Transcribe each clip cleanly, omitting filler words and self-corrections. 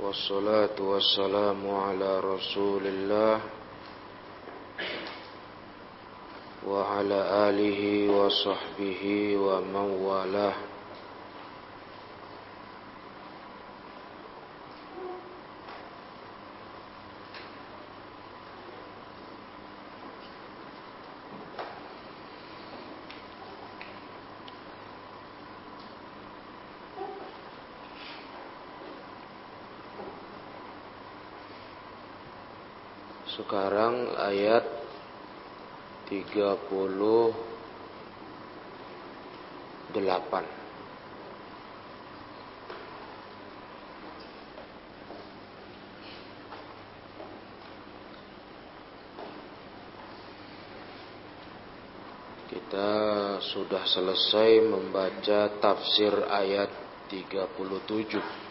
Wassalatu wassalamu ala Rasulillah wa ala alihi wa sahbihi wa mawalah. Sekarang ayat 38. Kita sudah selesai membaca tafsir ayat 37.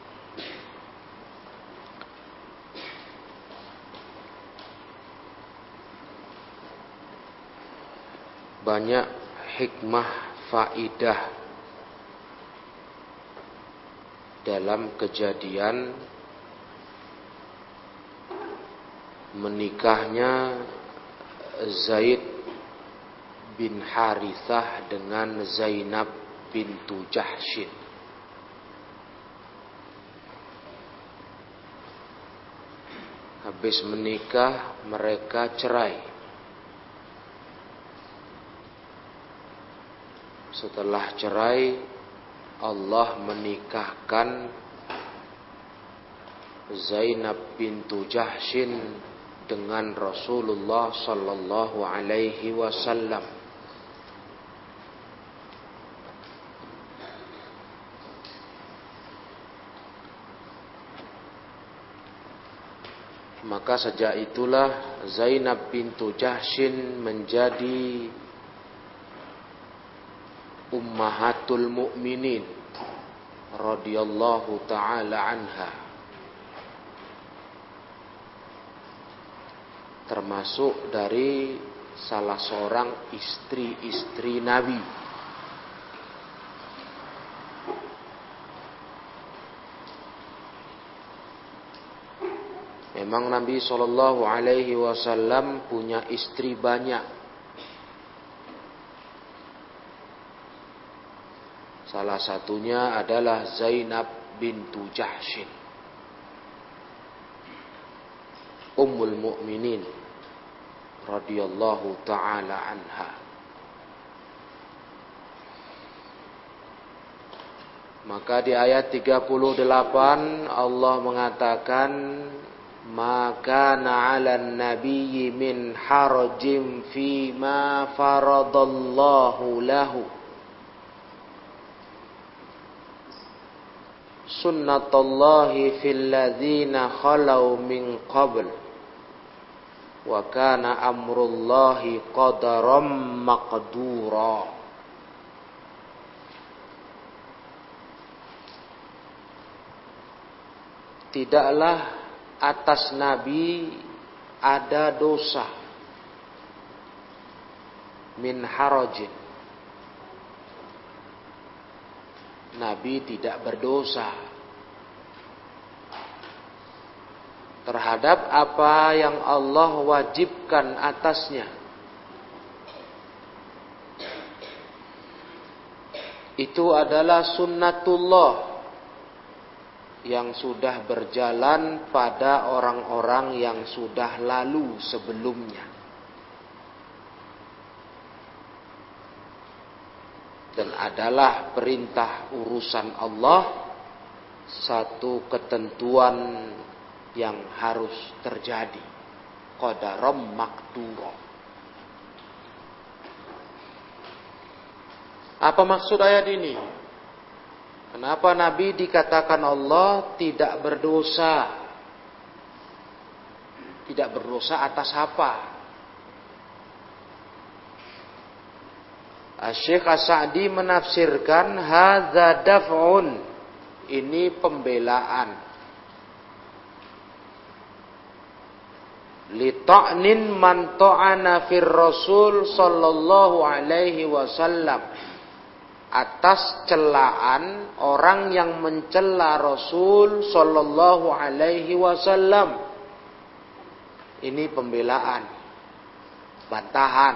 Banyak hikmah faidah dalam kejadian menikahnya Zaid bin Harithah dengan Zainab bintu Jahshin. Habis menikah mereka cerai. Setelah cerai, Allah menikahkan Zainab bintu Jahshin dengan Rasulullah sallallahu alaihi wasallam. Maka sejak itulah Zainab bintu Jahshin menjadi Ummahatul Mukminin radhiyallahu taala anha, termasuk dari salah seorang istri-istri Nabi. Memang Nabi sallallahu alaihi wasallam punya istri banyak. Salah satunya adalah Zainab bintu Jahshin, Ummul Mukminin radhiyallahu taala anha. Maka di ayat 38 Allah mengatakan, maka 'alan nabiyyi min harajim fi ma faradallahu lahu. Sunnatullahi fil ladzina khalau min qabl wa kana amrullahi qadaram maqdura. Tidaklah atas Nabi ada dosa min harajin. Nabi tidak berdosa terhadap apa yang Allah wajibkan atasnya. Itu adalah sunnatullah yang sudah berjalan pada orang-orang yang sudah lalu sebelumnya. Dan adalah perintah urusan Allah, satu ketentuan yang harus terjadi. Qadaram maqdura. Apa maksud ayat ini? Kenapa Nabi dikatakan Allah tidak berdosa? Tidak berdosa atas apa? Syekh As-Sa'di menafsirkan hadza daf'un, ini pembelaan, li ta'nin man ta'ana fir Rasul sallallahu alaihi wasallam, atas celaan orang yang mencela Rasul sallallahu alaihi wasallam. Ini pembelaan, bantahan.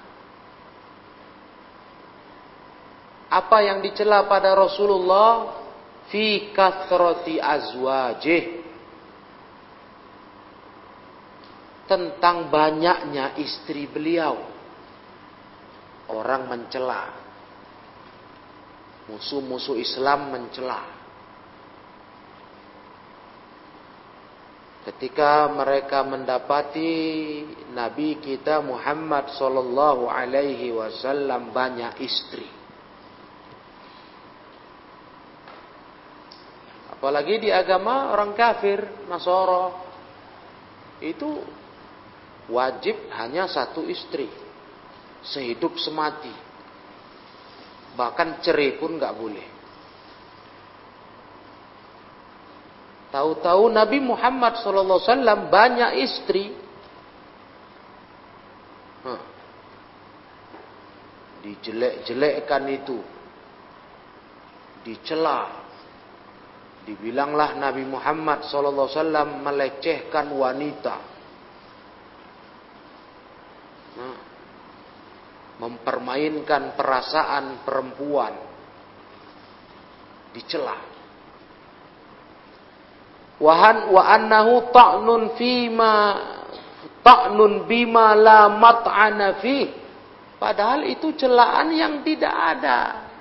Apa yang dicela pada Rasulullah? Fi kathrati azwajih, tentang banyaknya istri beliau. Orang mencela, musuh-musuh Islam mencela. Ketika mereka mendapati Nabi kita Muhammad sallallahu alaihi wasallam banyak istri. Apalagi di agama orang kafir, Nasara, itu wajib hanya satu istri, sehidup semati. Bahkan cerai pun nggak boleh. Tahu-tahu Nabi Muhammad SAW banyak istri. Dijelek-jelekkan itu, dicela. Dibilanglah Nabi Muhammad SAW melecehkan wanita. Mempermainkan perasaan perempuan. Dicela. Wa annahu ta'nun bima la mat'ana fi. Padahal itu celaan yang tidak ada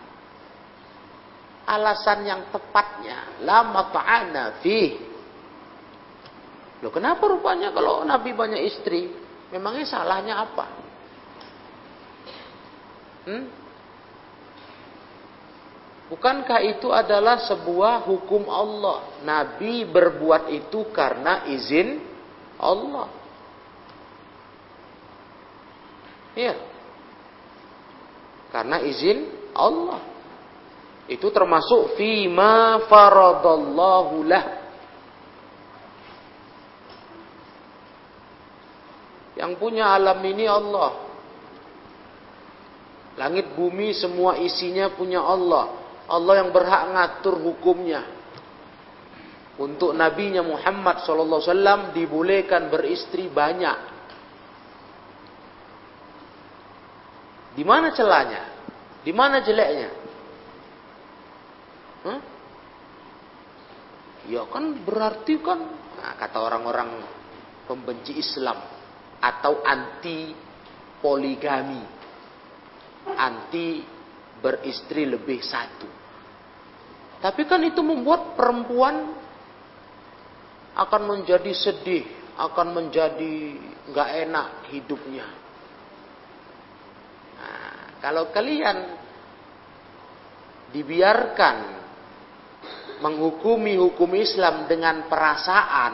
alasan yang tepatnya. La mat'ana fi. Loh, kenapa rupanya kalau Nabi banyak istri? Memangnya salahnya apa? Bukankah itu adalah sebuah hukum Allah? Nabi berbuat itu karena izin Allah. Iya. Karena izin Allah. Itu termasuk fima faradallahu lah. Yang punya alam ini Allah. Langit bumi semua isinya punya Allah. Allah yang berhak ngatur hukumnya. Untuk nabinya Muhammad SAW dibolehkan beristri banyak. Di mana celahnya? Di mana jeleknya? Ya kan berarti kan, kata orang-orang pembenci Islam atau anti poligami, anti beristri lebih satu. Tapi kan itu membuat perempuan akan menjadi sedih, akan menjadi nggak enak hidupnya. Nah, kalau kalian dibiarkan menghukumi hukum Islam dengan perasaan,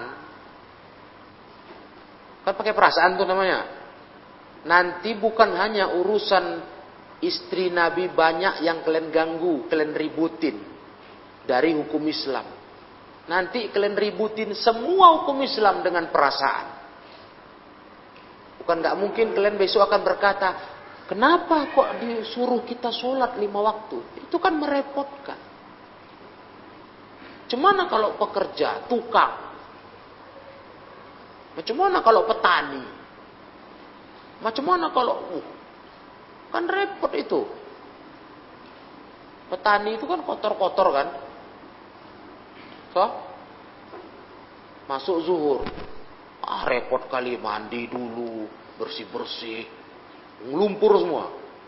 kan pakai perasaan tuh namanya. Nanti bukan hanya urusan istri Nabi banyak yang kalian ganggu, kalian ributin dari hukum Islam. Nanti kalian ributin semua hukum Islam dengan perasaan. Bukan nggak mungkin kalian besok akan berkata, kenapa kok disuruh kita sholat 5 waktu? Itu kan merepotkan. Gimana kalau pekerja, tukang? Macam mana kalau petani? Macam mana kalau kan repot itu. Petani itu kan kotor-kotor kan? So? Masuk zuhur. Repot kali mandi dulu, bersih-bersih. Ngelumpur semua.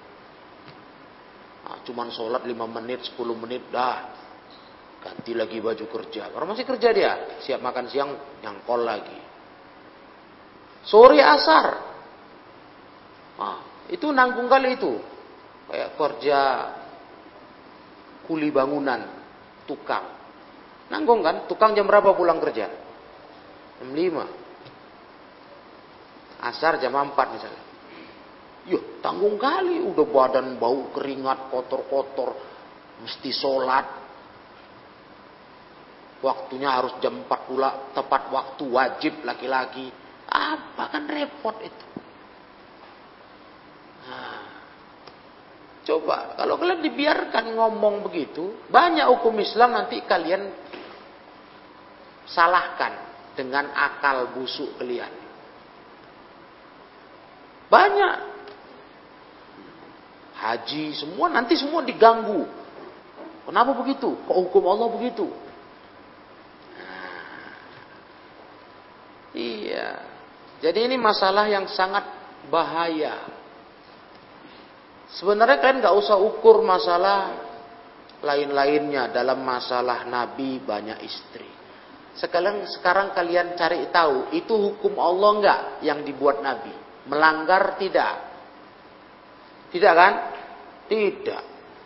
Cuman sholat 5 menit, 10 menit dah. Ganti lagi baju kerja. Orang masih kerja dia. Siap makan siang, nyangkol lagi. Sore asar. Itu nanggung kali itu. Kayak kerja kuli bangunan. Tukang. Nanggung kan? Tukang jam berapa pulang kerja? Jam 5. Asar jam 4 misalnya. Yuh, tanggung kali. Udah badan bau keringat, kotor-kotor. Mesti sholat. Waktunya harus jam 4 pula, tepat waktu, wajib laki-laki. Apa kan repot itu. Coba, kalau kalian dibiarkan ngomong begitu, banyak hukum Islam nanti kalian salahkan dengan akal busuk kalian. Banyak. Haji semua nanti semua diganggu. Kenapa begitu? Kok hukum Allah begitu? Iya. Jadi ini masalah yang sangat bahaya. Sebenarnya kalian nggak usah ukur masalah lain-lainnya dalam masalah Nabi banyak istri. Sekarang kalian cari tahu itu hukum Allah nggak yang dibuat Nabi? Melanggar tidak? Tidak kan? Tidak.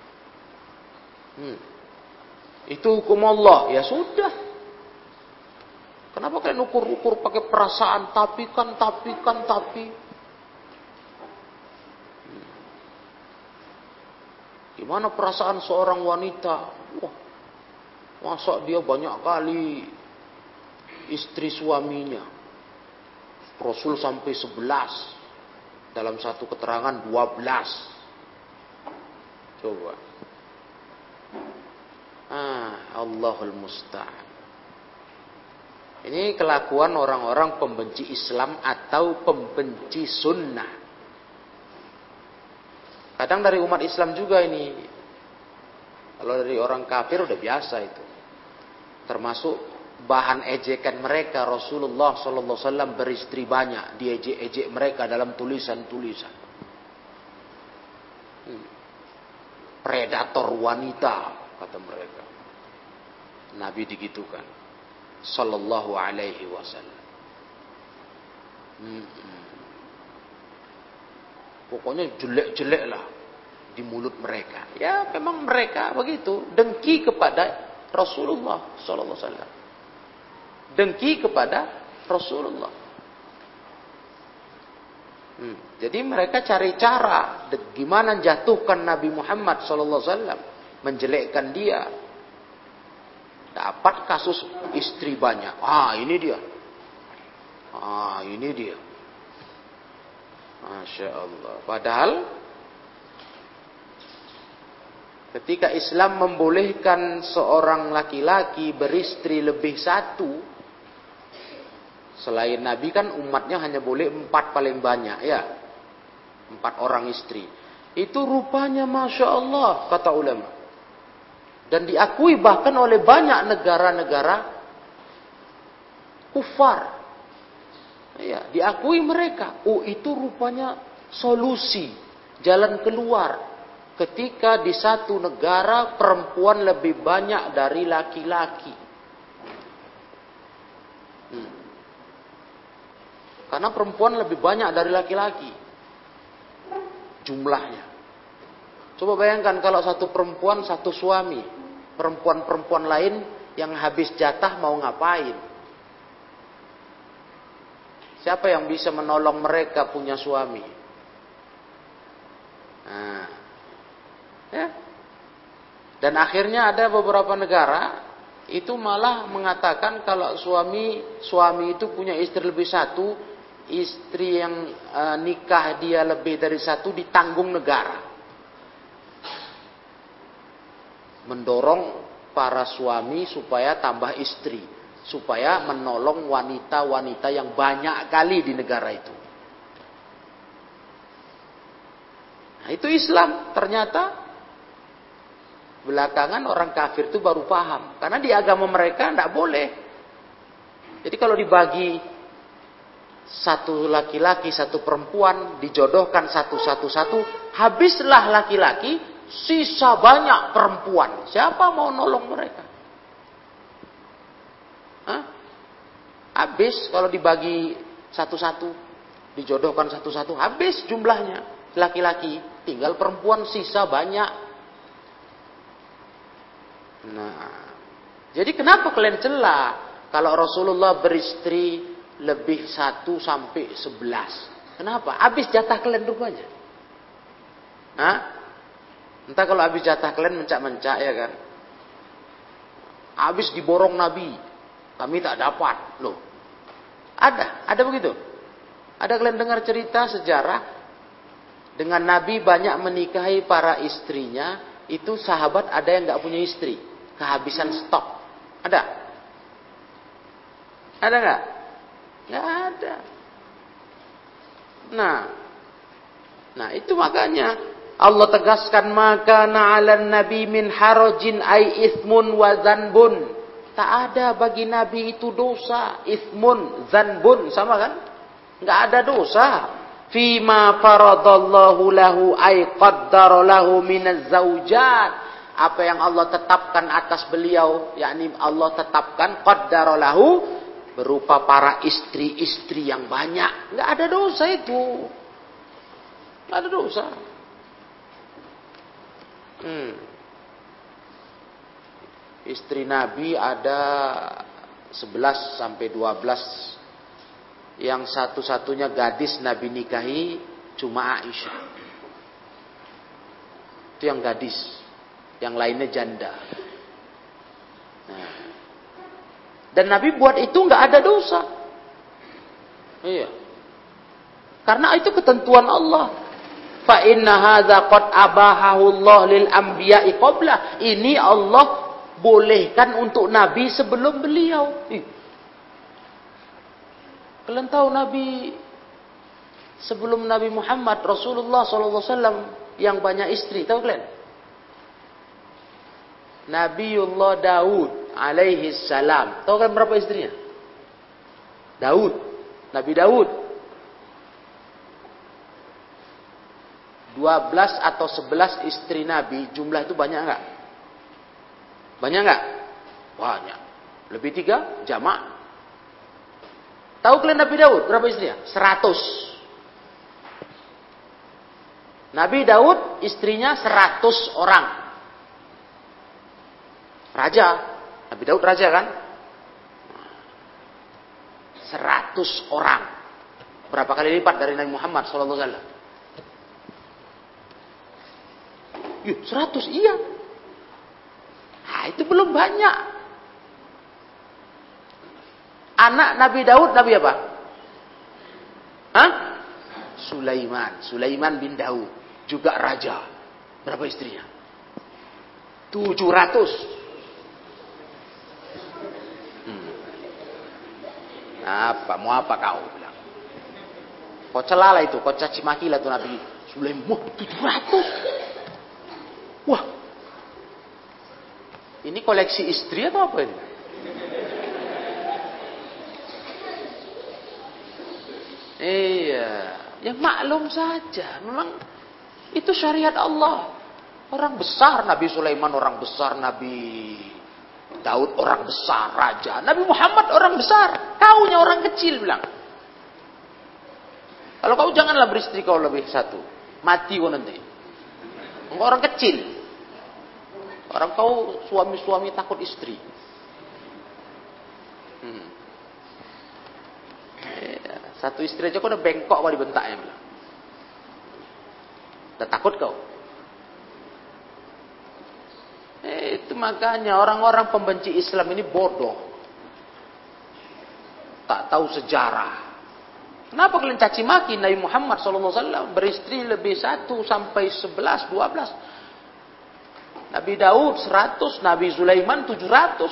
Itu hukum Allah, ya sudah. Kenapa kalian ukur-ukur pakai perasaan tapi? Gimana perasaan seorang wanita? Wah, masa dia banyak kali istri suaminya? Rasul sampai 11. Dalam satu keterangan 12. Coba. Allahul musta'an. Ini kelakuan orang-orang pembenci Islam atau pembenci sunnah. Kadang dari umat Islam juga ini. Kalau dari orang kafir udah biasa itu. Termasuk bahan ejekan mereka, Rasulullah SAW beristri banyak. Diejek-ejek mereka dalam tulisan-tulisan. Predator wanita, kata mereka. Nabi digitukan. Sallallahu alaihi wasallam. Pokoknya jelek-jelek lah di mulut mereka. Ya memang mereka begitu. Dengki kepada Rasulullah Sallallahu Alaihi Wasallam. Dengki kepada Rasulullah. Jadi mereka cari cara gimana jatuhkan Nabi Muhammad Sallallahu Alaihi Wasallam, menjelekkan dia. Dapat kasus istri banyak. Ini dia. Ini dia. Masya Allah. Padahal ketika Islam membolehkan seorang laki-laki beristri lebih satu, selain Nabi kan umatnya hanya boleh 4 paling banyak ya, 4 orang istri. Itu rupanya Masya Allah kata ulama. Dan diakui bahkan oleh banyak negara-negara kufar. Ya, diakui mereka. Itu rupanya solusi, jalan keluar. Ketika di satu negara perempuan lebih banyak dari laki-laki. Karena perempuan lebih banyak dari laki-laki jumlahnya. Coba bayangkan kalau satu perempuan, satu suami. Perempuan-perempuan lain yang habis jatah mau ngapain? Siapa yang bisa menolong mereka punya suami? Ya. Dan akhirnya ada beberapa negara itu malah mengatakan kalau suami itu punya istri lebih satu, istri yang nikah dia lebih dari satu ditanggung negara. Mendorong para suami supaya tambah istri. Supaya menolong wanita-wanita yang banyak kali di negara itu. Nah itu Islam. Ternyata belakangan orang kafir itu baru paham. Karena di agama mereka tidak boleh. Jadi kalau dibagi satu laki-laki, satu perempuan, dijodohkan satu-satu, habislah laki-laki, sisa banyak perempuan. Siapa mau nolong mereka? Habis kalau dibagi satu-satu, dijodohkan satu-satu, habis jumlahnya laki-laki, tinggal perempuan sisa banyak. Nah, jadi kenapa kalian celah kalau Rasulullah beristri lebih 1 sampai 11? Kenapa? Habis jatah kalian rupanya. Entah kalau habis jatah kalian mencak-mencak ya kan. Habis diborong Nabi, kami tak dapat loh. Ada begitu. Ada kalian dengar cerita sejarah Dengan Nabi banyak menikahi para istrinya, itu sahabat ada yang nggak punya istri, kehabisan stok. Ada? Ada nggak? Nggak ada. Nah itu makanya Allah tegaskan, maka na'alan nabi min harajin ay ithmun wa zanbun. Tak ada bagi Nabi itu dosa. Ithmun, zanbun, sama kan? Nggak ada dosa. Fima faradallahu lahu ay qaddara lahu minaz zaujat. Apa yang Allah tetapkan atas beliau, yakni Allah tetapkan qaddara lahu berupa para istri-istri yang banyak. Nggak ada dosa itu. Nggak ada dosa. Istri Nabi ada 11 sampai 12. Yang satu-satunya gadis Nabi nikahi cuma Aisyah. Itu yang gadis. Yang lainnya janda. Nah. Dan Nabi buat itu nggak ada dosa. Iya. Karena itu ketentuan Allah. Fa inna hadza qad abahahu Allah lil anbiya'i qabla. Ini Allah bolehkan untuk Nabi sebelum beliau. Kalian tahu Nabi sebelum Nabi Muhammad Rasulullah SAW yang banyak istri, tahu kalian? Nabiullah Daud alaihi salam. Tahu kan berapa istrinya? Daud, Nabi Daud. 12 atau 11 istri Nabi, jumlah itu banyak enggak? Banyak enggak? Banyak. Lebih 3 jamak. Tahu kalian Nabi Daud berapa istrinya? 100. Nabi Daud istrinya 100 orang. Raja. Nabi Daud raja kan? 100 orang. Berapa kali lipat dari Nabi Muhammad SAW? 100, iya. Nah, itu belum banyak. Anak Nabi Daud, Nabi apa? Hah? Sulaiman. Sulaiman bin Daud. Juga raja. Berapa istrinya? 700. Apa? Mau apa kau bilang? Kau celala itu. Kau caci maki lah tuh Nabi Sulaiman. 700. Wah. Ini koleksi istri atau apa ini? Iya, ya maklum saja. Memang itu syariat Allah. Orang besar Nabi Sulaiman, orang besar Nabi Daud, orang besar raja. Nabi Muhammad orang besar, kaunya orang kecil bilang. Kalau kau janganlah beristri kau lebih satu, mati kau nanti. Engkau orang kecil. Orang kau suami-suami takut istri. Satu istri aja kau udah bengkok kau dibentaknya bilang. Udah takut kau. Itu makanya orang-orang pembenci Islam ini bodoh. Tak tahu sejarah. Kenapa kalian caci maki Nabi Muhammad SAW beristri lebih 1 sampai 11, 12. Nabi Daud 100, Nabi Sulaiman 700.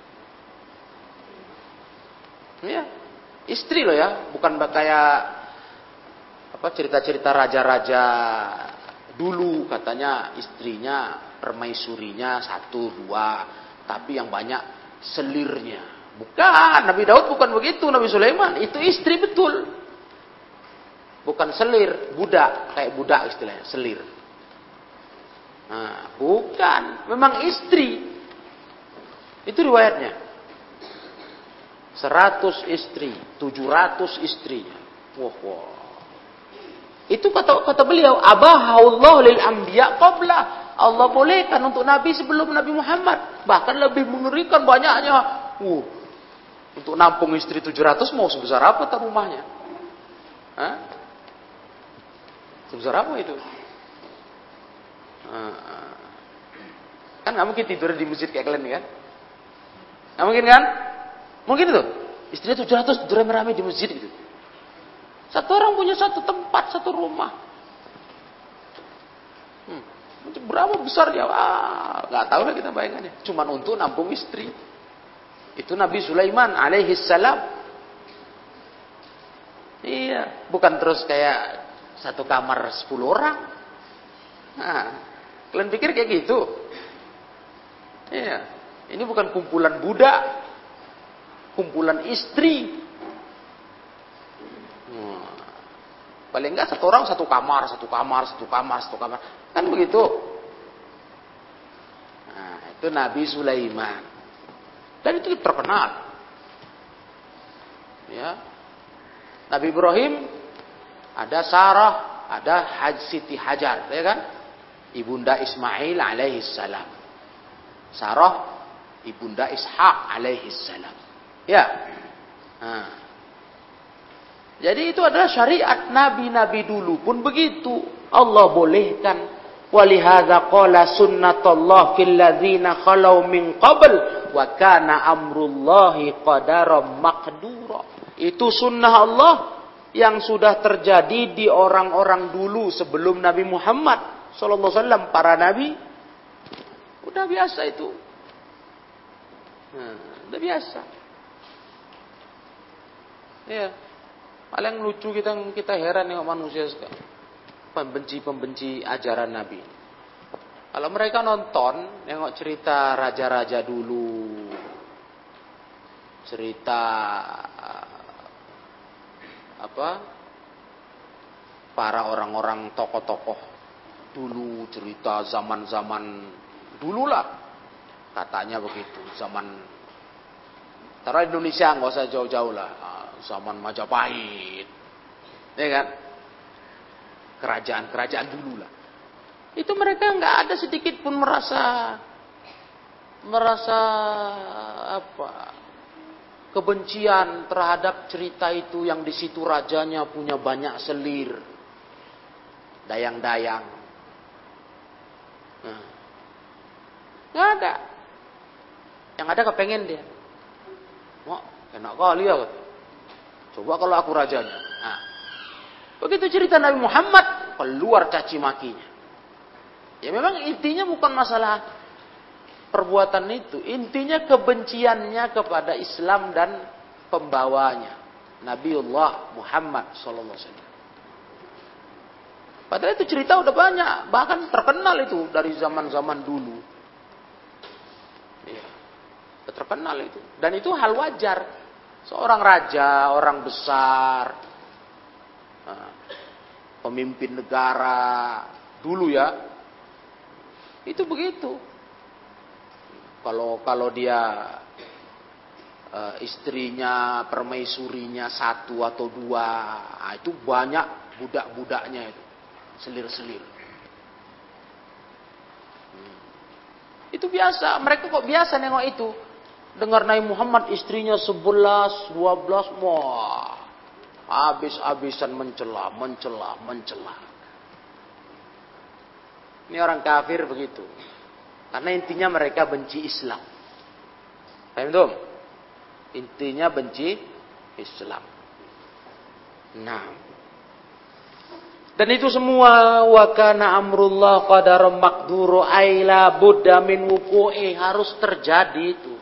Ya, istri loh ya, bukan kayak apa cerita-cerita raja-raja dulu katanya istrinya permaisurinya 1, 2, tapi yang banyak selirnya. Bukan, Nabi Daud bukan begitu, Nabi Sulaiman itu istri betul. Bukan selir, budak, kayak budak istilahnya, selir. Nah, bukan, memang istri. Itu riwayatnya. 100 istri, 700 istrinya. Wah. Itu kata beliau, abahaullah lil anbiya qabla. Allah bolehkan untuk Nabi sebelum Nabi Muhammad. Bahkan lebih mengerikan banyaknya. Untuk nampung istri 700 mau sebesar apa tak rumahnya? Hah? Sebesar apa itu? Kan gak mungkin tidur di masjid kayak kalian kan? Gak mungkin kan? Mungkin itu. Istrinya 700 tidur rame-rame di masjid gitu. Satu orang punya satu tempat, satu rumah. Berapa besar dia? Nggak tahu lah kita bayangannya. Cuman untuk nampung istri. Itu Nabi Sulaiman alaihi salam. Iya, bukan terus kayak satu kamar 10 orang. Nah, kalian pikir kayak gitu? Iya, ini bukan kumpulan budak, kumpulan istri. Paling enggak satu orang satu kamar, kan begitu. Nah, itu Nabi Sulaiman. Dan itu terkenal. Ya. Nabi Ibrahim ada Sarah, ada Siti Hajar, ya kan? Ibunda Ismail alaihi salam. Sarah ibunda Ishak alaihi salam. Ya. Nah. Jadi itu adalah syariat nabi-nabi dulu pun begitu. Allah bolehkan. Walihadza qala sunnatullah fil ladzina khalau min qabl wa kana amrullahi qadaran maqdura. Itu sunnah Allah yang sudah terjadi di orang-orang dulu sebelum Nabi Muhammad sallallahu alaihi wasallam, para nabi. Udah biasa itu. Udah biasa. Ya. Paling lucu kita heran nengok manusia sekarang. Pembenci ajaran Nabi. Kalau mereka nonton, nengok cerita raja-raja dulu. Cerita para orang-orang tokoh-tokoh dulu, cerita zaman-zaman dululah. Katanya begitu, zaman taruh Indonesia nggak usah jauh-jauh lah. Zaman Majapahit, ya kan? Kerajaan-kerajaan dulu lah. Itu mereka nggak ada sedikit pun merasa kebencian terhadap cerita itu, yang di situ rajanya punya banyak selir, dayang-dayang. Nggak ada. Yang ada kepengen dia. Wah, enak kali ya. Coba kalau aku rajanya. Nah, begitu cerita Nabi Muhammad, keluar caci makinya. Ya memang intinya bukan masalah perbuatan itu. Intinya kebenciannya kepada Islam dan pembawanya. Nabiullah Muhammad SAW. Padahal itu cerita udah banyak. Bahkan terkenal itu dari zaman-zaman dulu. Ya, terkenal itu. Dan itu hal wajar. Seorang raja, orang besar, pemimpin negara dulu ya, itu begitu. Kalau dia istrinya, permaisurinya 1 atau 2, itu banyak budak-budaknya itu, selir-selir. Itu biasa, mereka kok biasa nengok itu. Dengar Nabi Muhammad istrinya 11, 12, wah, habis-habisan mencela. Ini orang kafir begitu. Karena intinya mereka benci Islam. Paham tuh? Intinya benci Islam. Nah. Dan itu semua wa kana amrullah qadaran maqdura aila budda min wuqu'i, harus terjadi itu.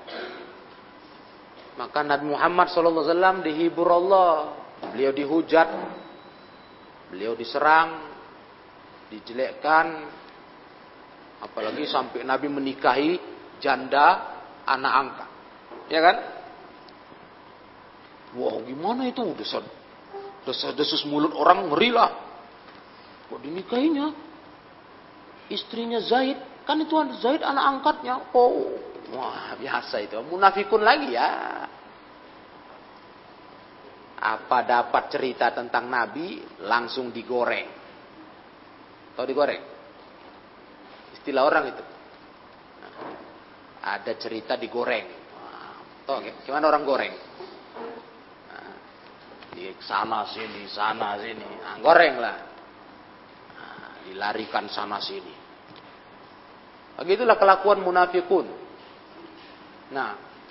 Maka Nabi Muhammad SAW dihibur Allah. Beliau dihujat. Beliau diserang. Dijelekkan. Apalagi sampai Nabi menikahi janda anak angkat. Ya kan? Wah, gimana itu? Desus mulut orang ngeri lah. Kok dinikahinya? Istrinya Zaid. Kan itu Zaid anak angkatnya. Oh, wah, biasa itu. Munafikun lagi ya. Apa dapat cerita tentang Nabi, langsung digoreng. Tahu digoreng? Istilah orang itu. Ada cerita digoreng. Tahu gimana orang goreng? Di sana sini. Nah, goreng lah. Nah, dilarikan sana sini. Begitulah kelakuan munafikun. Nah,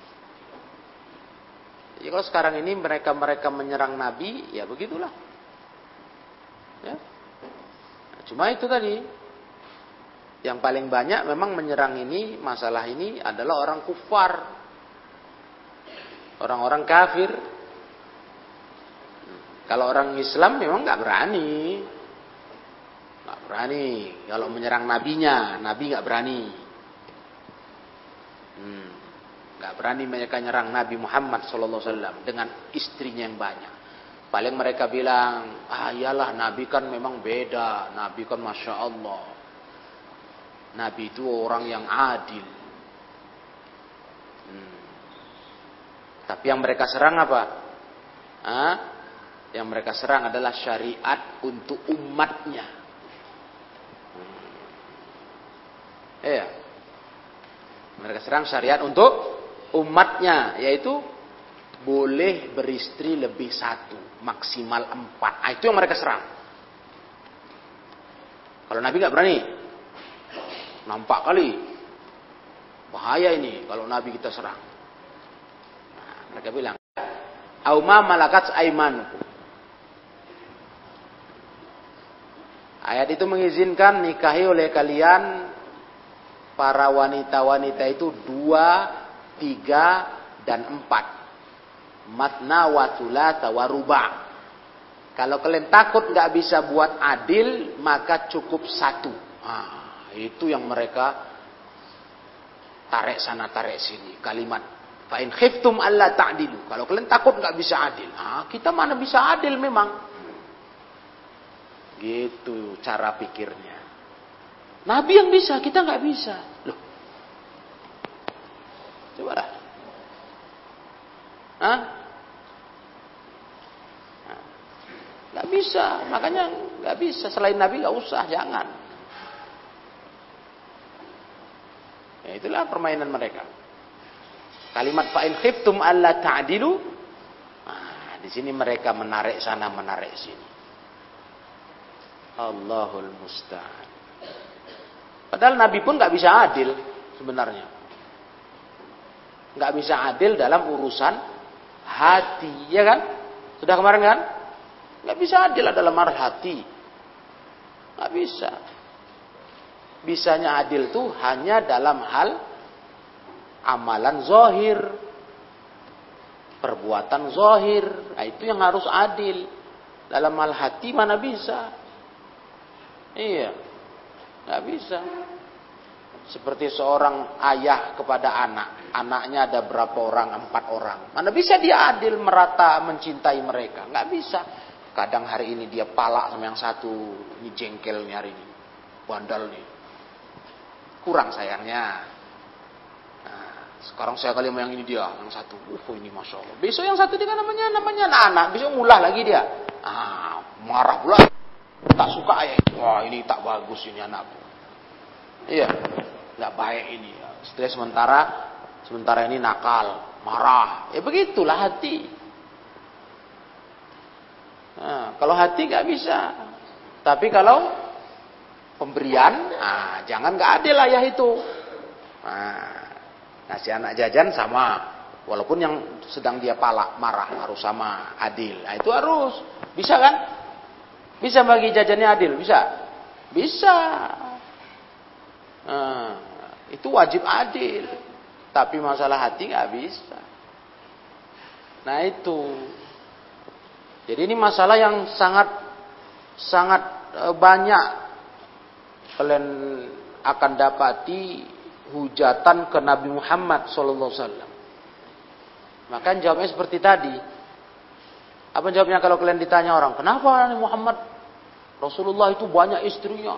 ya kalau sekarang ini mereka menyerang Nabi, ya begitulah. Ya. Nah, cuma itu tadi, Yang paling banyak memang menyerang ini, masalah ini adalah orang kufar. Orang-orang kafir. Kalau orang Islam memang nggak berani. Nggak berani. Kalau menyerang nabinya, nabi nggak berani. Nggak berani mereka nyerang Nabi Muhammad SAW dengan istrinya yang banyak. Paling mereka bilang, iyalah Nabi kan memang beda. Nabi kan Masya Allah. Nabi itu orang yang adil. Tapi yang mereka serang apa? Yang mereka serang adalah syariat untuk umatnya. Iya. Mereka serang syariat untuk umatnya, yaitu boleh beristri lebih satu, maksimal 4. Itu yang mereka serang. Kalau Nabi nggak berani, nampak kali bahaya ini kalau Nabi kita serang. Nah, mereka bilang, "Auma malakat aimanukum." Ayat itu mengizinkan nikahi oleh kalian para wanita-wanita itu 2, 3, dan 4. Matna wa thulatha wa ruba'. Kalau kalian takut nggak bisa buat adil, maka cukup 1. Itu yang mereka tarik sana tarik sini. Kalimat fa in khiftum alla ta'dilu. Kalau kalian takut nggak bisa adil, kita mana bisa adil memang. Gitu cara pikirnya. Nabi yang bisa, kita nggak bisa. Loh, cobalah. Nggak bisa, makanya nggak bisa. Selain Nabi nggak usah, jangan. Ya, itulah permainan mereka. Kalimat fa'in khiftum alla ta'dilu. Di sini mereka menarik sana, menarik sini. Allahul musta'an. Padahal Nabi pun nggak bisa adil sebenarnya. Nggak bisa adil dalam urusan hati, ya kan? Sudah kemarin kan? Nggak bisa adil dalam hati. Nggak bisa. Bisanya adil tuh hanya dalam hal amalan zahir, perbuatan zahir. Nah, itu yang harus adil. Dalam hal hati mana bisa? Iya, nggak bisa. Seperti seorang ayah kepada anak, anaknya ada berapa orang? 4 orang. Mana bisa dia adil merata mencintai mereka? Nggak bisa. Kadang hari ini dia palak sama yang satu, ini jengkel nih hari ini, bandel nih, kurang sayangnya. Nah, sekarang saya kali sama yang ini dia, yang satu, ini masya Allah. Besok yang satu dia kan namanya anak-anak, besok ngulah lagi dia, marah pula. Tak suka ya, wah ini tak bagus ini anakku. Iya, nggak baik ini. Stres sementara ini nakal, marah. Ya begitulah hati. Nah, kalau hati nggak bisa. Tapi kalau pemberian, jangan nggak adil ayah itu. Ngasih anak jajan sama, walaupun yang sedang dia palak marah harus sama, adil. Nah, itu harus bisa kan? Bisa bagi jajannya adil, bisa? Bisa. Itu wajib adil. Tapi masalah hati nggak bisa. Nah itu. Jadi ini masalah yang sangat banyak kalian akan dapati hujatan ke Nabi Muhammad SAW. Maka jawabnya seperti tadi. Apa jawabnya kalau kalian ditanya orang, kenapa Nabi Muhammad Rasulullah itu banyak istrinya?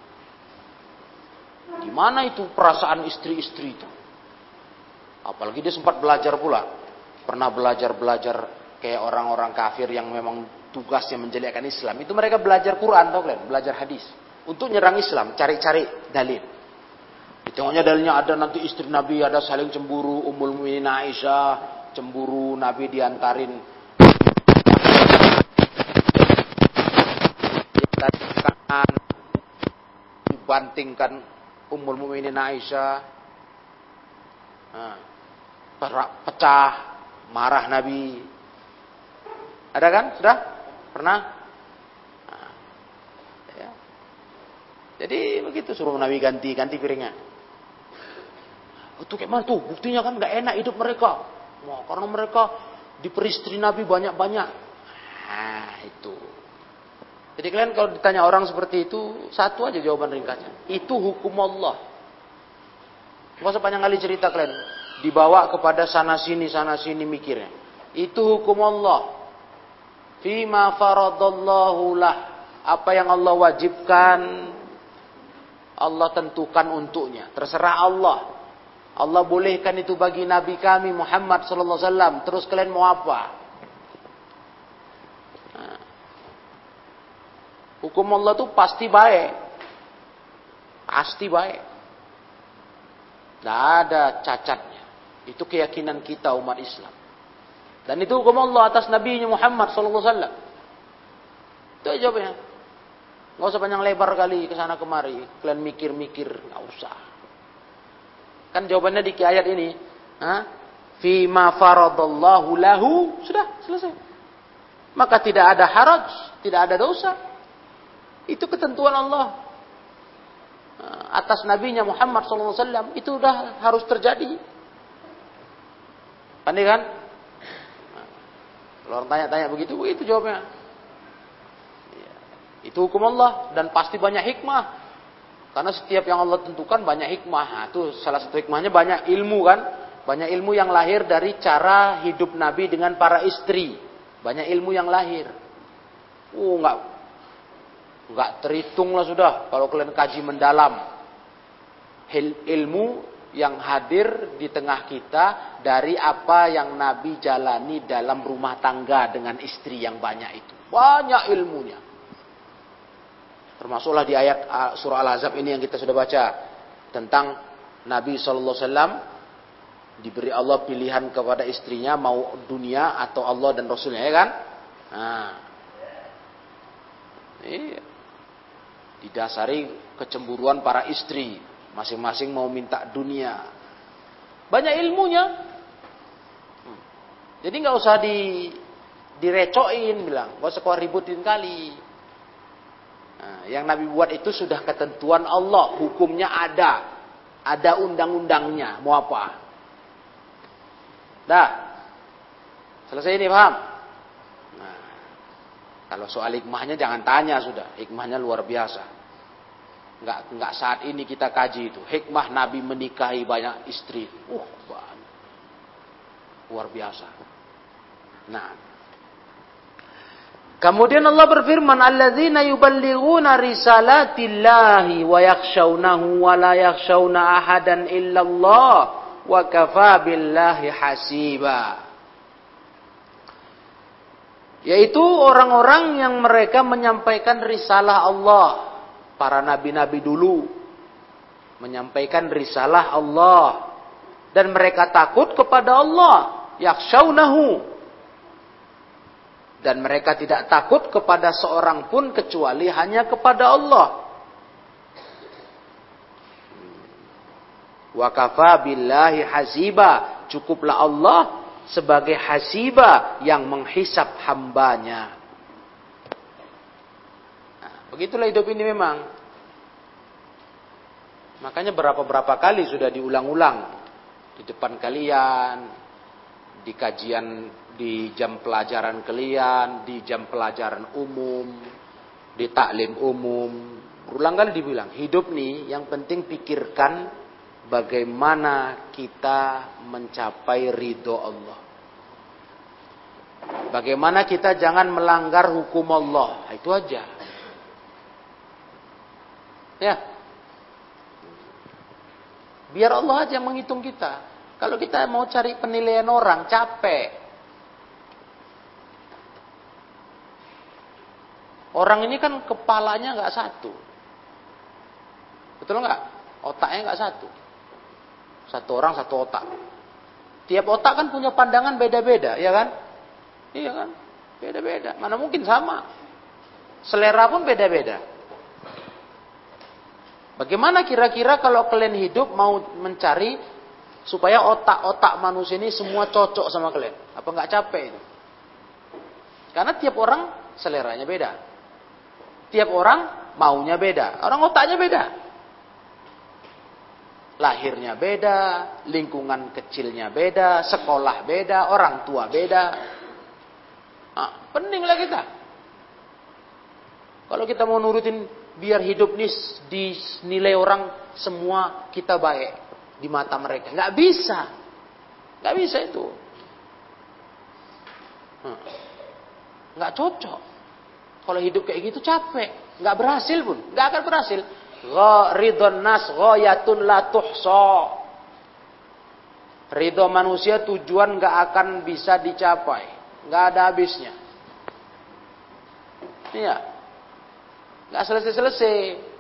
Di mana itu perasaan istri-istri itu? Apalagi dia sempat belajar pula. Pernah belajar kayak orang-orang kafir yang memang tugasnya menjelekkan Islam. Itu mereka belajar Quran, tau kalian? Belajar hadis. Untuk nyerang Islam, cari-cari dalil. Ditengoknya dalilnya ada nanti istri Nabi ada saling cemburu. Ummul Mukminin Aisyah cemburu Nabi diantarin. Dibantingkan Ummul Mukminin Aisyah. Pecah, marah Nabi. Ada kan? Sudah? Pernah? Ya. Jadi begitu, suruh Nabi ganti piringnya. Itu kayak mana tuh? Buktinya kan nggak enak hidup mereka. Wah, karena mereka diperistri Nabi banyak-banyak. Nah, itu. Jadi kalian kalau ditanya orang seperti itu, satu aja jawaban ringkasnya. Itu hukum Allah. Nggak usah panjang kali cerita kalian. Dibawa kepada sana sini mikirnya. Itu hukum Allah. Fima faradallahu lah. Apa yang Allah wajibkan, Allah tentukan untuknya. Terserah Allah. Allah bolehkan itu bagi Nabi kami Muhammad sallallahu alaihi wasallam. Terus kalian mau apa? Nah. Hukum Allah itu pasti baik. Pasti baik. Tidak ada cacatnya. Itu keyakinan kita umat Islam. Dan itu hukum Allah atas Nabi Muhammad sallallahu alaihi wasallam. Itu aja jawabannya. Nggak usah panjang lebar kali ke sana kemari. Kalian mikir-mikir, nggak usah. Kan jawabannya di ayat ini, fima faradallahu lahu, sudah selesai. Maka tidak ada haraj, tidak ada dosa. Itu ketentuan Allah atas nabinya Muhammad SAW, itu udah harus terjadi. Pandai kan? Kalau orang tanya-tanya begitu jawabnya. Itu hukum Allah dan pasti banyak hikmah. Karena setiap yang Allah tentukan banyak hikmah. Nah, itu salah satu hikmahnya banyak ilmu kan? Banyak ilmu yang lahir dari cara hidup Nabi dengan para istri. Banyak ilmu yang lahir. Enggak terhitung lah sudah kalau kalian kaji mendalam ilmu yang hadir di tengah kita dari apa yang Nabi jalani dalam rumah tangga dengan istri yang banyak itu. Banyak ilmunya. Termasuklah di ayat surah Al-Ahzab ini yang kita sudah baca tentang Nabi sallallahu alaihi wasallam diberi Allah pilihan kepada istrinya mau dunia atau Allah dan Rasulnya, ya kan? Nah, iya. Didasari kecemburuan para istri, masing-masing mau minta dunia. Banyak ilmunya. Jadi nggak usah direcokin, bilang, nggak usah kau ributin kali. Nah, yang Nabi buat itu sudah ketentuan Allah, hukumnya ada undang-undangnya. Mau apa? Dah, selesai ini, paham? Nah, kalau soal hikmahnya jangan tanya sudah, hikmahnya luar biasa. Enggak saat ini kita kaji itu. Hikmah Nabi menikahi banyak istri. Banyak. Luar biasa. Nah. Kemudian Allah berfirman, "Alladzina yuballighuna risalatillahi wa yakhshawnahu wa la yakhshawna ahadan illallah wa kafa billahi hasiba." Yaitu orang-orang yang mereka menyampaikan risalah Allah. Para nabi-nabi dulu menyampaikan risalah Allah dan mereka takut kepada Allah, yakhshawnahu, dan mereka tidak takut kepada seorang pun kecuali hanya kepada Allah. Wa kafa billahi hasiba, cukuplah Allah sebagai hasiba yang menghisap hambanya. Begitulah hidup ini memang. Makanya berapa kali sudah diulang-ulang di depan kalian, di kajian, di jam pelajaran kalian, di jam pelajaran umum, di taklim umum. Berulang kali dibilang, hidup nih yang penting pikirkan bagaimana kita mencapai ridho Allah. Bagaimana kita jangan melanggar hukum Allah. Itu aja. Ya, biar Allah aja yang menghitung kita. Kalau kita mau cari penilaian orang, capek. Orang ini kan kepalanya nggak satu, betul nggak? Otaknya nggak satu. Satu orang satu otak. Tiap otak kan punya pandangan beda-beda, ya kan? Iya kan? Beda-beda. Mana mungkin sama? Selera pun beda-beda. Bagaimana kira-kira kalau kalian hidup mau mencari supaya otak-otak manusia ini semua cocok sama kalian? Apa nggak capek itu? Karena tiap orang seleranya beda. Tiap orang maunya beda. Orang otaknya beda. Lahirnya beda, lingkungan kecilnya beda, sekolah beda, orang tua beda. Peninglah kita. Kalau kita mau nurutin biar hidup nih dinilai orang semua kita baik di mata mereka. Nggak bisa. Nggak bisa itu. Nggak cocok. Kalau hidup kayak gitu capek. Nggak berhasil pun. Nggak akan berhasil. Ridhon nas ghayatun la tuhsa. Ridho manusia tujuan nggak akan bisa dicapai. Nggak ada habisnya. Iya. Nggak selesai-selesai.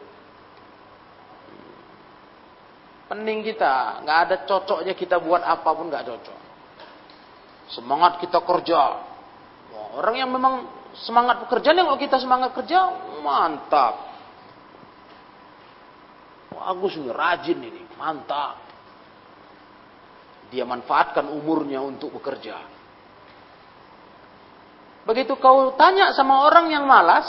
Pening kita. Nggak ada cocoknya kita buat apapun nggak cocok. Semangat kita kerja. Orang yang memang semangat pekerjaan, kalau kita semangat kerja, mantap. Bagus nih, rajin ini, mantap. Dia manfaatkan umurnya untuk bekerja. Begitu kau tanya sama orang yang malas,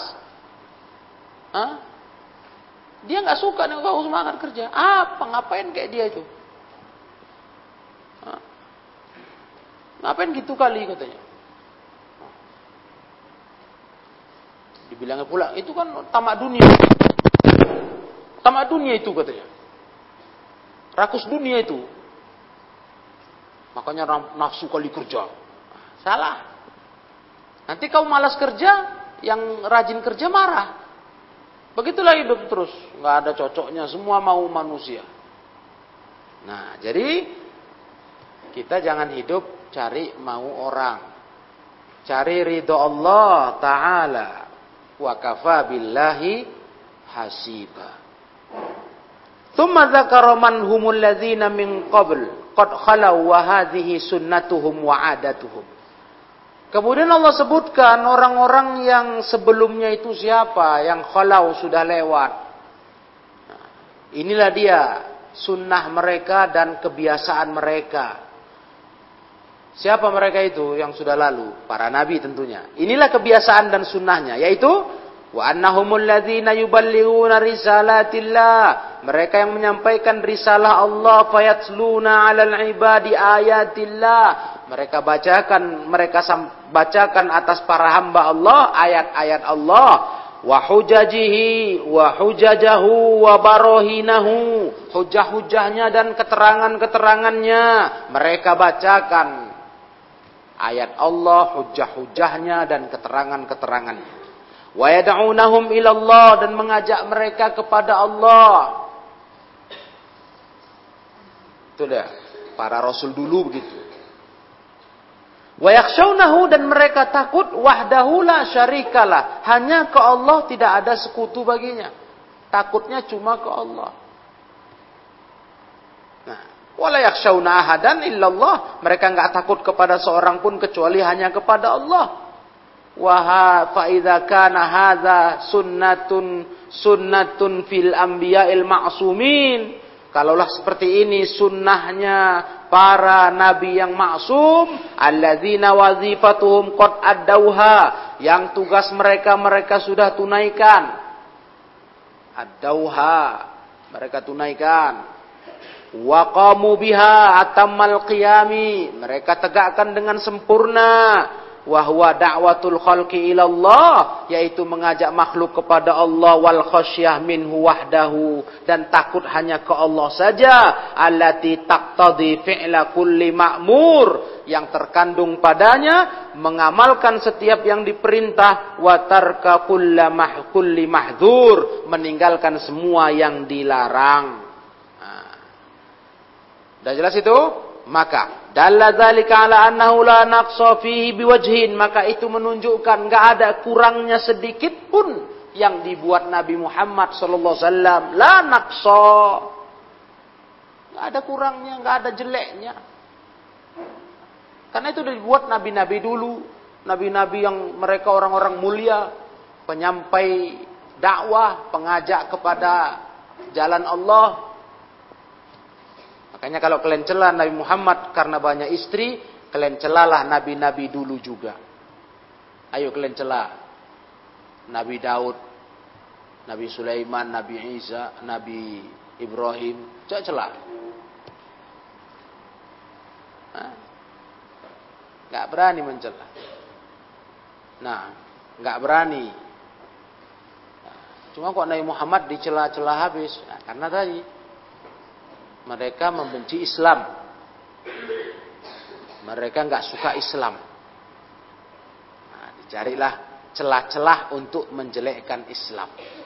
dia nggak suka nih kau semangat kerja. Ngapain kayak dia itu? Ngapain gitu kali katanya? Dibilangnya pula, itu kan tamak dunia. Tamak dunia itu katanya. Rakus dunia itu. Makanya nafsu kali kerja. Salah. Nanti kau malas kerja, yang rajin kerja marah. Begitulah hidup terus. Nggak ada cocoknya, semua mau manusia. Nah, jadi kita jangan hidup cari mau orang. Cari ridho Allah Ta'ala. Wa kafa billahi hasiba. Thumma dzakara man humul ladzina min qabl qad khalau wa hadhihi sunnatuhum wa adatuhum. Kemudian Allah sebutkan orang-orang yang sebelumnya itu siapa, yang khalau sudah lewat. Inilah dia sunnah mereka dan kebiasaan mereka. Siapa mereka itu yang sudah lalu? Para nabi tentunya. Inilah kebiasaan dan sunnahnya, yaitu wa annahumul ladzina yuballighuna risalatillah. Mereka yang menyampaikan risalah Allah, fayatluna 'alal ibadi ayatillah. Mereka bacakan atas para hamba Allah ayat-ayat Allah, wa hujajihi wa hujajahu wa barahinahu. Hujah-hujahnya dan keterangan-keterangannya mereka bacakan. Ayat Allah, hujah-hujahnya dan keterangan-keterangannya. Wa yad'unahum ilallah, dan mengajak mereka kepada Allah. Itu dia, para rasul dulu begitu. Wa yakhshawnahu, dan mereka takut wahdahu la syarikalah, hanya ke Allah tidak ada sekutu baginya. Takutnya cuma ke Allah. Nah, wala yakhshawna ahadan illallah, mereka enggak takut kepada seorang pun kecuali hanya kepada Allah. Wa fa idza kana hadza sunnatun fil anbiya'il ma'sumin. Kalaulah seperti ini sunnahnya para nabi yang maksum, alladzina wazifatuhum qad addauha, yang tugas mereka sudah tunaikan. Addauha, mereka tunaikan. Wa qamu biha atammal qiyami, mereka tegakkan dengan sempurna. Wa huwa da'watul khalqi ila Allah, yaitu mengajak makhluk kepada Allah, wal khasyah minhu wahdahu, dan takut hanya ke Allah saja. Allati taqtadi fi'la kulli ma'mur, yang terkandung padanya mengamalkan setiap yang diperintah, wa tarka kulli mahdzur, meninggalkan semua yang dilarang. Sudah jelas itu? Maka dalla dzalika ala annahu la naqsa fihi biwajhin, maka itu menunjukkan enggak ada kurangnya sedikit pun yang dibuat Nabi Muhammad sallallahu alaihi wasallam. La naqsa, enggak ada kurangnya, enggak ada jeleknya. Karena itu dibuat nabi-nabi dulu, nabi-nabi yang mereka orang-orang mulia, penyampai dakwah, pengajak kepada jalan Allah. Makanya kalau kalian celah Nabi Muhammad karena banyak istri, kalian celalah nabi-nabi dulu juga. Ayo kalian celah Nabi Daud Nabi Sulaiman, Nabi Isa, Nabi Ibrahim, celah. Nggak berani mencela. Nah, nggak berani. Cuma kok Nabi Muhammad dicela-cela habis? Nah, karena tadi mereka membenci Islam. Mereka nggak suka Islam. Nah, dicarilah celah-celah untuk menjelekkan Islam.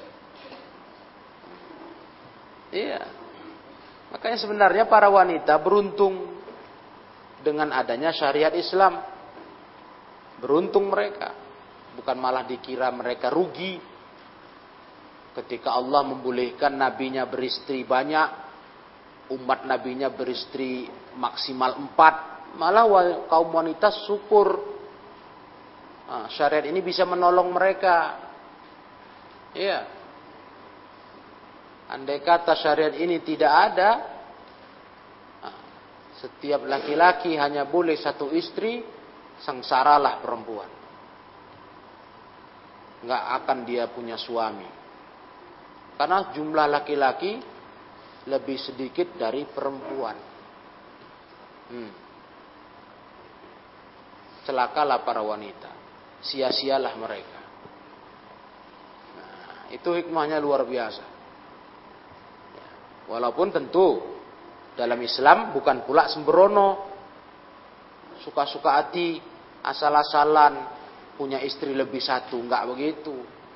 Iya. Makanya sebenarnya para wanita beruntung dengan adanya syariat Islam. Beruntung mereka. Bukan malah dikira mereka rugi. Ketika Allah membolehkan nabinya beristri banyak, umat nabinya beristri maksimal 4, malah kaum wanita syukur. Nah, syariat ini bisa menolong mereka. Iya. Andai kata syariat ini tidak ada, setiap laki-laki hanya boleh 1 istri, sengsaralah perempuan. Nggak akan dia punya suami. Karena jumlah laki-laki lebih sedikit dari perempuan. Celakalah para wanita. Sia-sialah mereka. Nah, itu hikmahnya luar biasa. Walaupun tentu dalam Islam bukan pula sembrono, suka-suka hati, asal-asalan punya istri lebih 1, enggak begitu.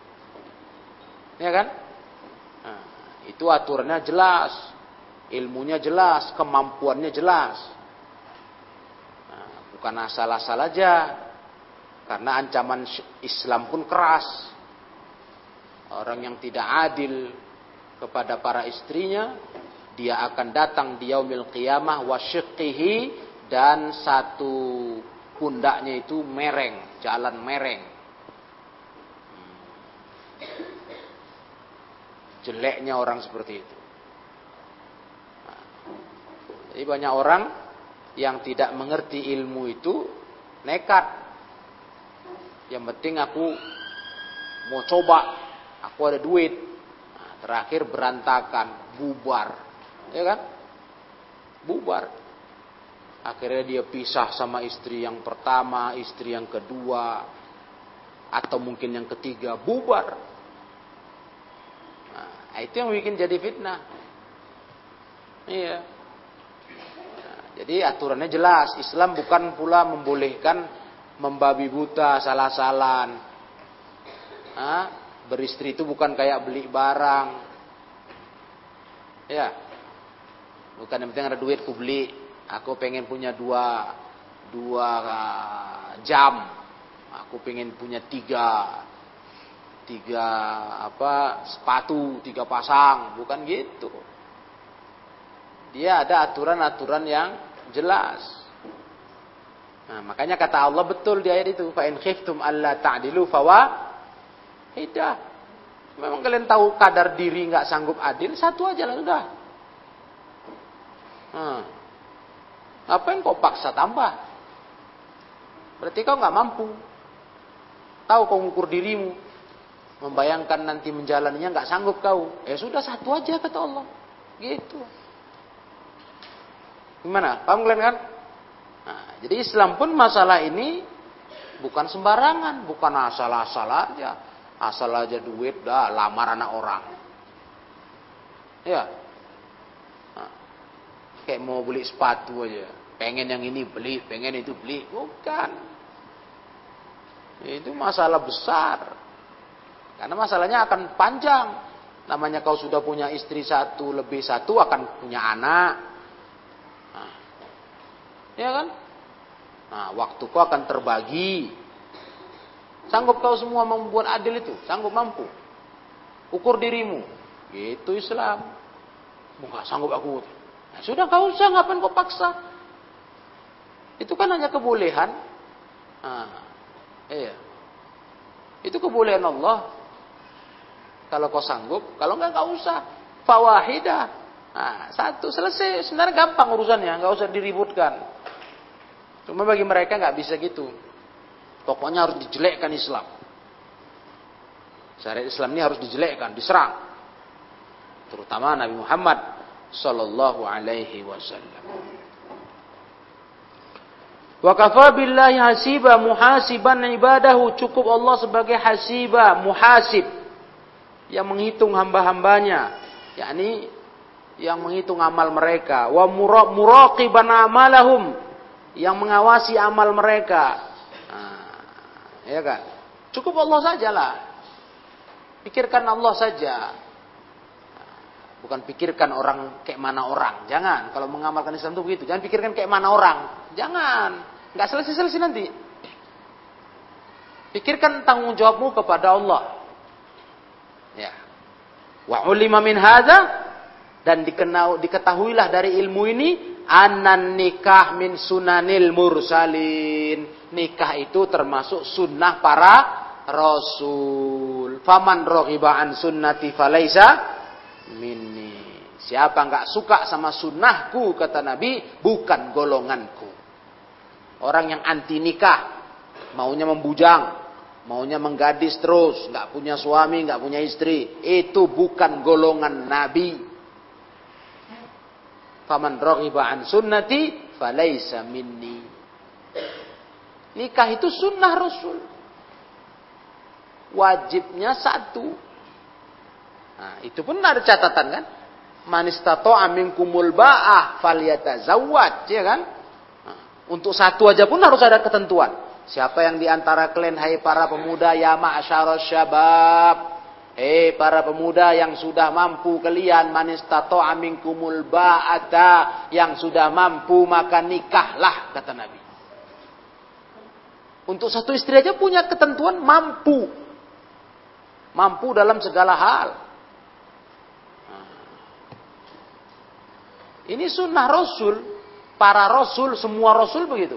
Ya kan? Nah, itu aturannya jelas, ilmunya jelas, kemampuannya jelas. Nah, bukan asal-asal aja, karena ancaman Islam pun keras. Orang yang tidak adil kepada para istrinya, dia akan datang di yaumil qiyamah wasyiqihi, dan 1 pundaknya itu mereng, jalan mereng. Jeleknya orang seperti itu. Jadi banyak orang yang tidak mengerti ilmu itu nekat. Yang penting aku mau coba, aku ada duit. Terakhir berantakan, bubar. Ya kan? Bubar. Akhirnya dia pisah sama istri yang pertama, istri yang kedua, atau mungkin yang ketiga, bubar. Nah, itu yang bikin jadi fitnah. Iya. Nah, jadi aturannya jelas. Islam bukan pula membolehkan membabi buta, salah-salan. Beristri itu bukan kayak beli barang. Ya. Bukan yang penting ada duit ku beli. Aku pengen punya dua jam. Aku pengen punya tiga sepatu, 3 pasang. Bukan gitu. Dia ada aturan-aturan yang jelas. Nah, makanya kata Allah betul di ayat itu, fa in khiftum alla ta'dilu fawahidah. Memang kalian tahu kadar diri nggak sanggup adil, 1 aja lah sudah. Apa yang kau paksa tambah? Berarti kau nggak mampu. Tahu kau ngukur dirimu, membayangkan nanti menjalaninya nggak sanggup kau. Sudah 1 aja kata Allah. Gitu. Gimana? Paham kalian kan? Nah, jadi Islam pun masalah ini bukan sembarangan, bukan asal-asal aja. Asal aja duit, dah lamar anak orang. Ya. Nah, kayak mau beli sepatu aja. Pengen yang ini beli, pengen itu beli. Bukan. Itu masalah besar. Karena masalahnya akan panjang. Namanya kau sudah punya istri 1 lebih 1 akan punya anak. Nah, ya kan? Nah, waktu kau akan terbagi. Sanggup kau semua membuat adil itu? Sanggup, mampu? Ukur dirimu. Itu Islam. Enggak sanggup aku. Nah, sudah kau usah, ngapain kau paksa? Itu kan hanya kebolehan. Iya. Itu kebolehan Allah. Kalau kau sanggup, kalau enggak usah. Fawahidah. Nah, 1 selesai. Sebenarnya gampang urusannya, enggak usah diributkan. Cuma bagi mereka enggak bisa gitu. Pokoknya harus dijelekkan Islam. Syariat Islam ini harus dijelekkan, diserang. Terutama Nabi Muhammad sallallahu alaihi wasallam. Wa kafa billahi hasiba muhasiban ibadahu, cukup Allah sebagai hasiba, muhasib, yang menghitung hamba-hambanya, yakni yang menghitung amal mereka. Wa muraqiban amalahum, yang mengawasi amal mereka. Ya kan? Cukup Allah sajalah. Pikirkan Allah saja. Bukan pikirkan orang kayak mana orang. Jangan. Kalau mengamalkan Islam itu begitu. Jangan pikirkan kayak mana orang. Jangan. Nggak selesai-selesai nanti. Pikirkan tanggung jawabmu kepada Allah. Ya. Wa ulima min hadza, dan diketahuilah dari ilmu ini, anan nikah min sunanil mursalin. Nikah itu termasuk sunnah para rasul. Faman raghiba an sunnati falaisa minni. Siapa enggak suka sama sunnahku, kata Nabi, bukan golonganku. Orang yang anti nikah, maunya membujang, maunya menggadis terus, enggak punya suami, enggak punya istri, itu bukan golongan Nabi. Faman raghiba an sunnati falaisa minni. Nikah itu sunnah Rasul. Wajibnya satu. Nah, itu pun ada catatan kan? Man istata'a minkumul ba'ah falyatazawwaj, ya kan? Nah, untuk satu aja pun harus ada ketentuan. Siapa yang diantara kalian, hai para pemuda, ya ma'asyaras syabab, para pemuda yang sudah mampu kalian, man istata'a minkumul ba'ata, yang sudah mampu maka nikahlah, kata Nabi. Untuk satu istri aja punya ketentuan mampu. Mampu dalam segala hal. Ini sunnah Rasul. Para Rasul, semua Rasul begitu.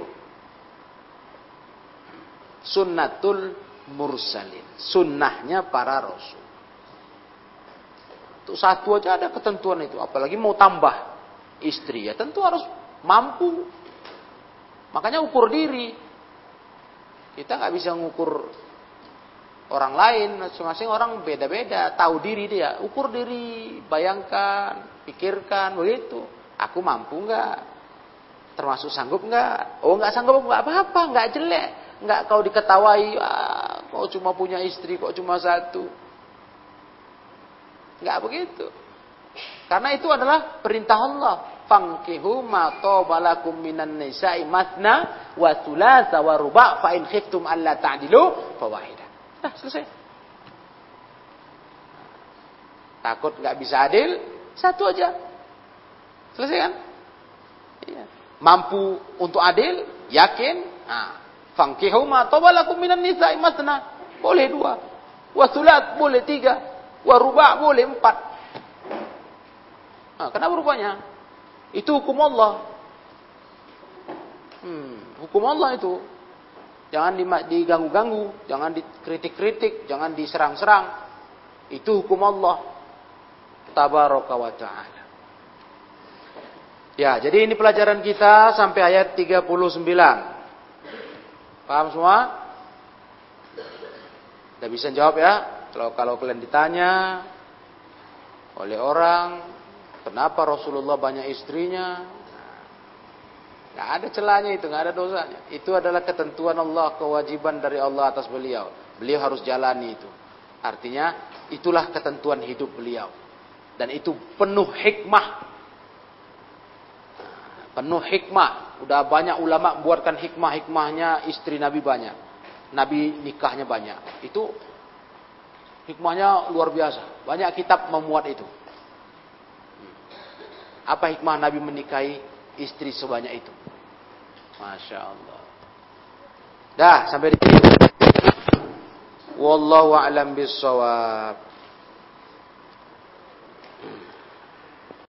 Sunnatul mursalin. Sunnahnya para Rasul. Untuk satu aja ada ketentuan itu. Apalagi mau tambah istri, ya tentu harus mampu. Makanya ukur diri. Kita nggak bisa ngukur orang lain, masing-masing orang beda-beda, tahu diri dia, ukur diri, bayangkan, pikirkan, begitu. Aku mampu nggak? Termasuk sanggup nggak? Oh nggak sanggup, nggak apa-apa, nggak jelek, nggak kau diketawai, kau cuma punya istri, kok cuma satu, nggak begitu. Karena itu adalah perintah Allah. Fankihu ma tobalakum minan nisa'i matna wa thulatha wa ruba' fa in khiftum alla ta'dilu fa wahidah. Nah, selesai. Takut enggak bisa adil, satu aja. Selesai kan? Iya. Mampu untuk adil, yakin. Nah, fankihu ma tobalakum minan nisa'i matna. Boleh 2. Wa thulat boleh 3. Wa ruba' boleh 4. Nah, kenapa rupanya? Itu hukum Allah. Hukum Allah itu. Jangan diganggu-ganggu, jangan dikritik-kritik, jangan diserang-serang. Itu hukum Allah. Tabaraka wa ta'ala. Ya, jadi ini pelajaran kita sampai ayat 39. Paham semua? Udah bisa jawab ya? Kalau kalian ditanya oleh orang, kenapa Rasulullah banyak istrinya? Nggak ada celahnya itu, nggak ada dosanya. Itu adalah ketentuan Allah, kewajiban dari Allah atas beliau. Beliau harus jalani itu. Artinya, itulah ketentuan hidup beliau. Dan itu penuh hikmah. Penuh hikmah. Udah banyak ulama buatkan hikmah-hikmahnya, istri Nabi banyak. Nabi nikahnya banyak. Itu hikmahnya luar biasa. Banyak kitab memuat itu. Apa hikmah Nabi menikahi istri sebanyak itu? Masya Allah. Dah, sampai di sini. Wallahu a'lam bissawab.